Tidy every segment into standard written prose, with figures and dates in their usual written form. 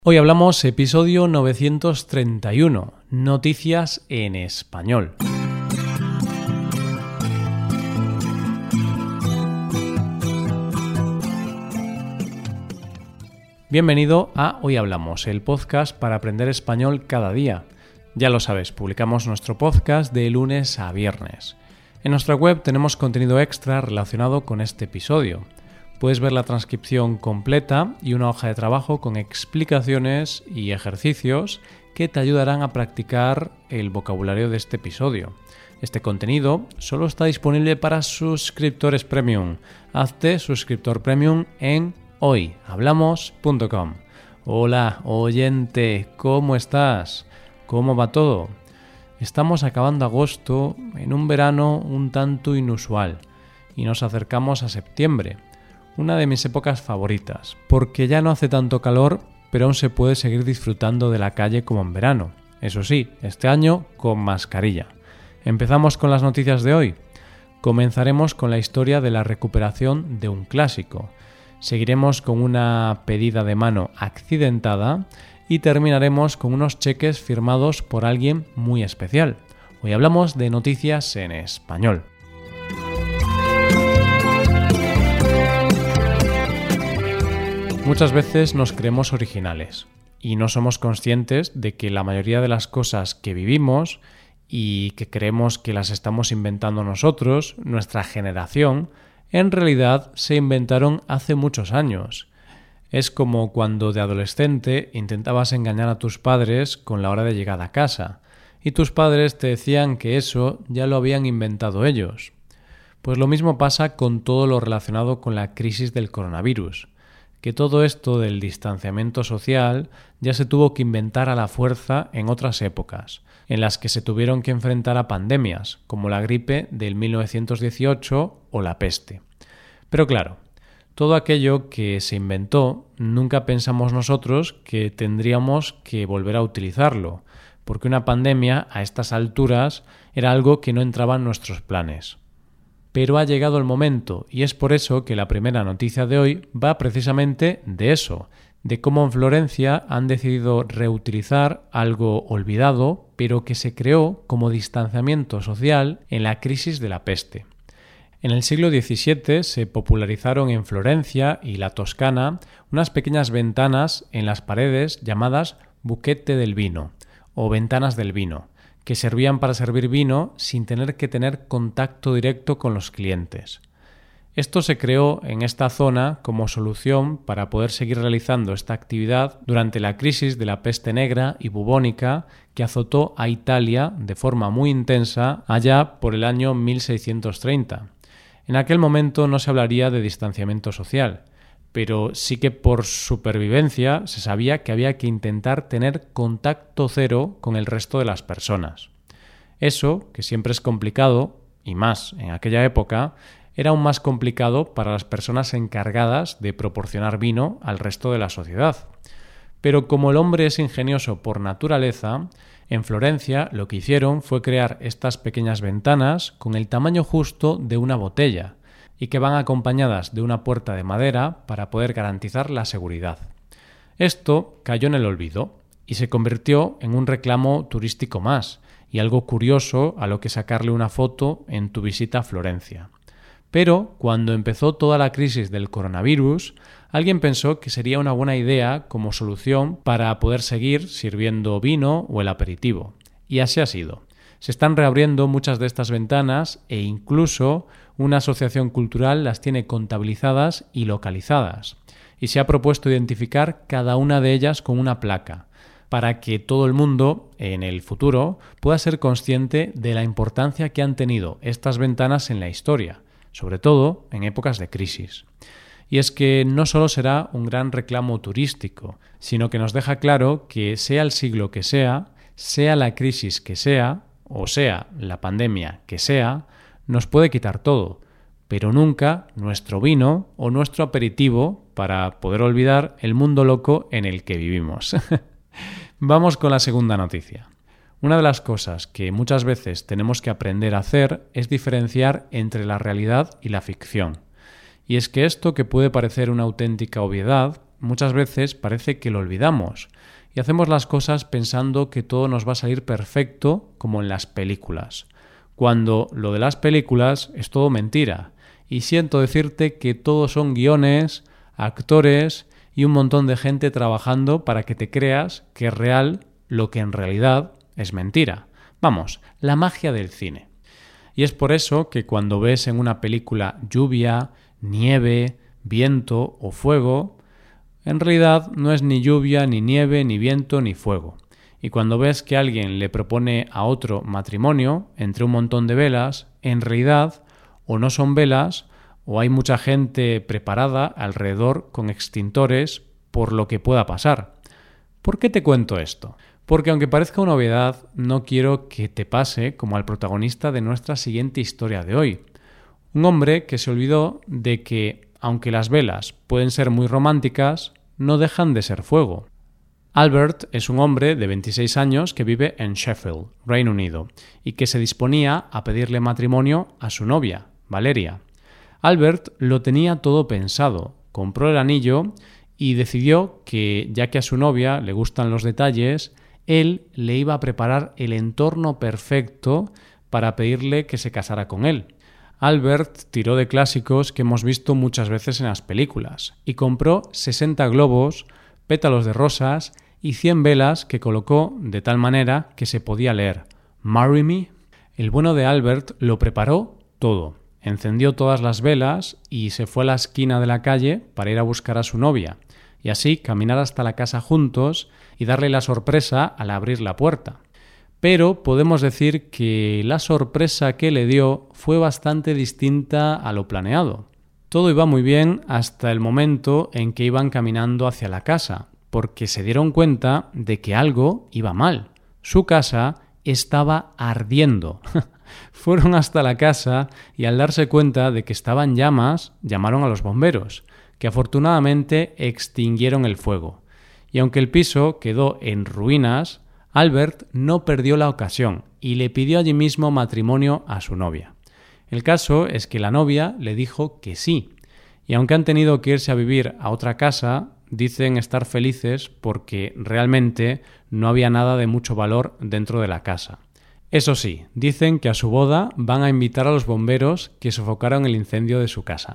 Hoy hablamos episodio 931, Noticias en Español. Bienvenido a Hoy Hablamos, el podcast para aprender español cada día. Ya lo sabes, publicamos nuestro podcast de lunes a viernes. En nuestra web tenemos contenido extra relacionado con este episodio. Puedes ver la transcripción completa y una hoja de trabajo con explicaciones y ejercicios que te ayudarán a practicar el vocabulario de este episodio. Este contenido solo está disponible para suscriptores premium. Hazte suscriptor premium en hoyhablamos.com. Hola, oyente, ¿cómo estás? ¿Cómo va todo? Estamos acabando agosto en un verano un tanto inusual y nos acercamos a septiembre. Una de mis épocas favoritas, porque ya no hace tanto calor, pero aún se puede seguir disfrutando de la calle como en verano. Eso sí, este año con mascarilla. ¿Empezamos con las noticias de hoy? Comenzaremos con la historia de la recuperación de un clásico. Seguiremos con una pedida de mano accidentada y terminaremos con unos cheques firmados por alguien muy especial. Hoy hablamos de noticias en español. Muchas veces nos creemos originales y no somos conscientes de que la mayoría de las cosas que vivimos y que creemos que las estamos inventando nosotros, nuestra generación, en realidad se inventaron hace muchos años. Es como cuando de adolescente intentabas engañar a tus padres con la hora de llegar a casa y tus padres te decían que eso ya lo habían inventado ellos. Pues lo mismo pasa con todo lo relacionado con la crisis del coronavirus. Que todo esto del distanciamiento social ya se tuvo que inventar a la fuerza en otras épocas, en las que se tuvieron que enfrentar a pandemias, como la gripe del 1918 o la peste. Pero claro, todo aquello que se inventó nunca pensamos nosotros que tendríamos que volver a utilizarlo, porque una pandemia a estas alturas era algo que no entraba en nuestros planes. Pero ha llegado el momento y es por eso que la primera noticia de hoy va precisamente de eso, de cómo en Florencia han decidido reutilizar algo olvidado, pero que se creó como distanciamiento social en la crisis de la peste. En el siglo XVII se popularizaron en Florencia y la Toscana unas pequeñas ventanas en las paredes llamadas buquete del vino o ventanas del vino, que servían para servir vino sin tener que tener contacto directo con los clientes. Esto se creó en esta zona como solución para poder seguir realizando esta actividad durante la crisis de la peste negra y bubónica que azotó a Italia de forma muy intensa allá por el año 1630. En aquel momento no se hablaría de distanciamiento social, pero sí que por supervivencia se sabía que había que intentar tener contacto cero con el resto de las personas. Eso, que siempre es complicado, y más en aquella época, era aún más complicado para las personas encargadas de proporcionar vino al resto de la sociedad. Pero como el hombre es ingenioso por naturaleza, en Florencia lo que hicieron fue crear estas pequeñas ventanas con el tamaño justo de una botella, y que van acompañadas de una puerta de madera para poder garantizar la seguridad. Esto cayó en el olvido y se convirtió en un reclamo turístico más y algo curioso a lo que sacarle una foto en tu visita a Florencia. Pero cuando empezó toda la crisis del coronavirus, alguien pensó que sería una buena idea como solución para poder seguir sirviendo vino o el aperitivo. Y así ha sido. Se están reabriendo muchas de estas ventanas e incluso una asociación cultural las tiene contabilizadas y localizadas. Y se ha propuesto identificar cada una de ellas con una placa, para que todo el mundo, en el futuro, pueda ser consciente de la importancia que han tenido estas ventanas en la historia, sobre todo en épocas de crisis. Y es que no solo será un gran reclamo turístico, sino que nos deja claro que sea el siglo que sea la crisis que sea, o sea, la pandemia que sea, nos puede quitar todo, pero nunca nuestro vino o nuestro aperitivo para poder olvidar el mundo loco en el que vivimos. Vamos con la segunda noticia. Una de las cosas que muchas veces tenemos que aprender a hacer es diferenciar entre la realidad y la ficción. Y es que esto que puede parecer una auténtica obviedad, muchas veces parece que lo olvidamos y hacemos las cosas pensando que todo nos va a salir perfecto como en las películas, cuando lo de las películas es todo mentira. Y siento decirte que todos son guiones, actores y un montón de gente trabajando para que te creas que es real lo que en realidad es mentira. Vamos, la magia del cine. Y es por eso que cuando ves en una película lluvia, nieve, viento o fuego, en realidad no es ni lluvia, ni nieve, ni viento, ni fuego. Y cuando ves que alguien le propone a otro matrimonio entre un montón de velas, en realidad o no son velas o hay mucha gente preparada alrededor con extintores por lo que pueda pasar. ¿Por qué te cuento esto? Porque aunque parezca una obviedad, no quiero que te pase como al protagonista de nuestra siguiente historia de hoy. Un hombre que se olvidó de que, aunque las velas pueden ser muy románticas, no dejan de ser fuego. Albert es un hombre de 26 años que vive en Sheffield, Reino Unido, y que se disponía a pedirle matrimonio a su novia, Valeria. Albert lo tenía todo pensado, compró el anillo y decidió que, ya que a su novia le gustan los detalles, él le iba a preparar el entorno perfecto para pedirle que se casara con él. Albert tiró de clásicos que hemos visto muchas veces en las películas y compró 60 globos, pétalos de rosas y 100 velas que colocó de tal manera que se podía leer «Marry me». El bueno de Albert lo preparó todo. Encendió todas las velas y se fue a la esquina de la calle para ir a buscar a su novia y así caminar hasta la casa juntos y darle la sorpresa al abrir la puerta. Pero podemos decir que la sorpresa que le dio fue bastante distinta a lo planeado. Todo iba muy bien hasta el momento en que iban caminando hacia la casa, porque se dieron cuenta de que algo iba mal. Su casa estaba ardiendo. Fueron hasta la casa y al darse cuenta de que estaba en llamas, llamaron a los bomberos, que afortunadamente extinguieron el fuego. Y aunque el piso quedó en ruinas, Albert no perdió la ocasión y le pidió allí mismo matrimonio a su novia. El caso es que la novia le dijo que sí, y aunque han tenido que irse a vivir a otra casa, dicen estar felices porque realmente no había nada de mucho valor dentro de la casa. Eso sí, dicen que a su boda van a invitar a los bomberos que sofocaron el incendio de su casa.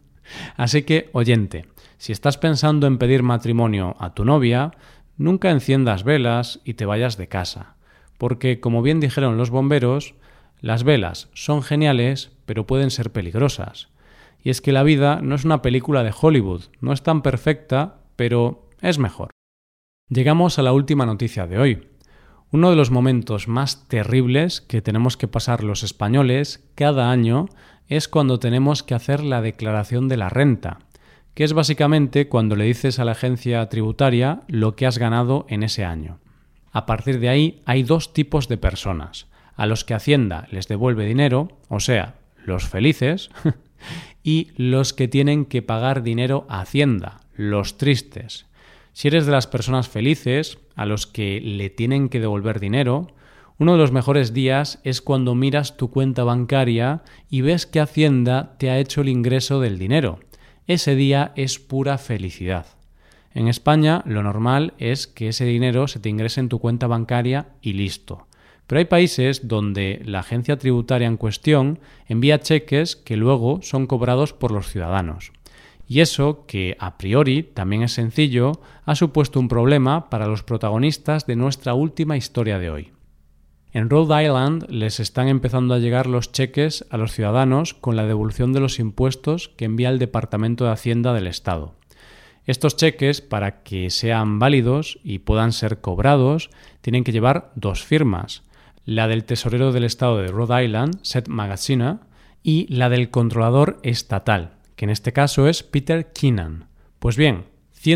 Así que, oyente, si estás pensando en pedir matrimonio a tu novia, nunca enciendas velas y te vayas de casa, porque, como bien dijeron los bomberos, las velas son geniales, pero pueden ser peligrosas. Y es que la vida no es una película de Hollywood, no es tan perfecta, pero es mejor. Llegamos a la última noticia de hoy. Uno de los momentos más terribles que tenemos que pasar los españoles cada año es cuando tenemos que hacer la declaración de la renta, que es básicamente cuando le dices a la agencia tributaria lo que has ganado en ese año. A partir de ahí hay dos tipos de personas: a los que Hacienda les devuelve dinero, o sea, los felices, y los que tienen que pagar dinero a Hacienda, los tristes. Si eres de las personas felices, a los que le tienen que devolver dinero, uno de los mejores días es cuando miras tu cuenta bancaria y ves que Hacienda te ha hecho el ingreso del dinero. Ese día es pura felicidad. En España, lo normal es que ese dinero se te ingrese en tu cuenta bancaria y listo. Pero hay países donde la agencia tributaria en cuestión envía cheques que luego son cobrados por los ciudadanos. Y eso, que a priori también es sencillo, ha supuesto un problema para los protagonistas de nuestra última historia de hoy. En Rhode Island les están empezando a llegar los cheques a los ciudadanos con la devolución de los impuestos que envía el Departamento de Hacienda del Estado. Estos cheques, para que sean válidos y puedan ser cobrados, tienen que llevar dos firmas: la del tesorero del Estado de Rhode Island, Seth Magaziner, y la del controlador estatal, que en este caso es Peter Keenan. Pues bien,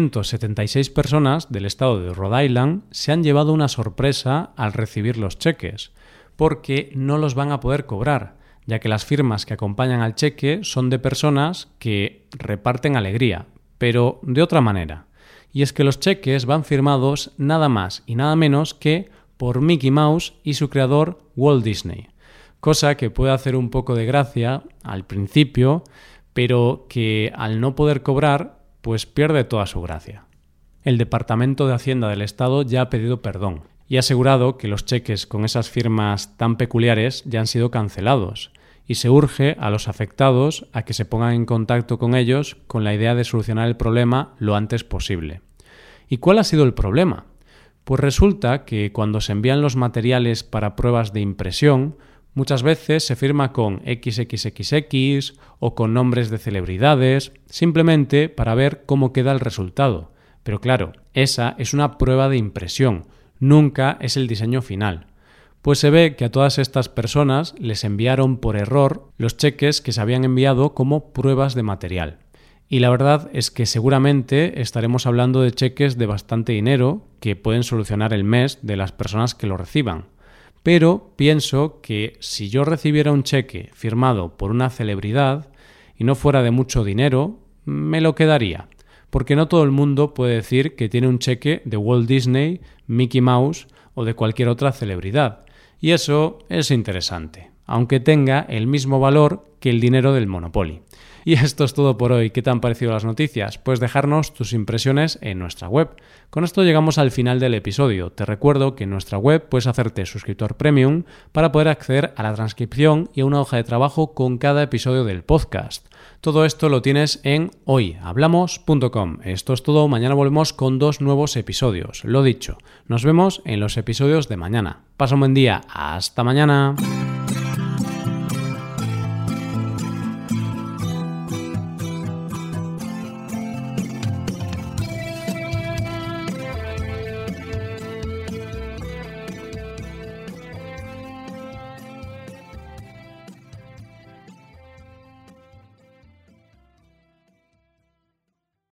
176 personas del estado de Rhode Island se han llevado una sorpresa al recibir los cheques, porque no los van a poder cobrar, ya que las firmas que acompañan al cheque son de personas que reparten alegría, pero de otra manera. Y es que los cheques van firmados nada más y nada menos que por Mickey Mouse y su creador Walt Disney, cosa que puede hacer un poco de gracia al principio, pero que al no poder cobrar, pues pierde toda su gracia. el Departamento de Hacienda del Estado ya ha pedido perdón y ha asegurado que los cheques con esas firmas tan peculiares ya han sido cancelados y se urge a los afectados a que se pongan en contacto con ellos con la idea de solucionar el problema lo antes posible. ¿Y cuál ha sido el problema? Pues resulta que cuando se envían los materiales para pruebas de impresión, muchas veces se firma con XXXX o con nombres de celebridades, simplemente para ver cómo queda el resultado. Pero claro, esa es una prueba de impresión, nunca es el diseño final. Pues se ve que a todas estas personas les enviaron por error los cheques que se habían enviado como pruebas de material. Y la verdad es que seguramente estaremos hablando de cheques de bastante dinero que pueden solucionar el mes de las personas que lo reciban. Pero pienso que si yo recibiera un cheque firmado por una celebridad y no fuera de mucho dinero, me lo quedaría. Porque no todo el mundo puede decir que tiene un cheque de Walt Disney, Mickey Mouse o de cualquier otra celebridad. Y eso es interesante, aunque tenga el mismo valor que el dinero del Monopoly. Y esto es todo por hoy. ¿Qué te han parecido las noticias? Puedes dejarnos tus impresiones en nuestra web. Con esto llegamos al final del episodio. Te recuerdo que en nuestra web puedes hacerte suscriptor premium para poder acceder a la transcripción y a una hoja de trabajo con cada episodio del podcast. Todo esto lo tienes en hoyhablamos.com. Esto es todo. Mañana volvemos con 2 nuevos episodios. Lo dicho, nos vemos en los episodios de mañana. Pasa un buen día. Hasta mañana.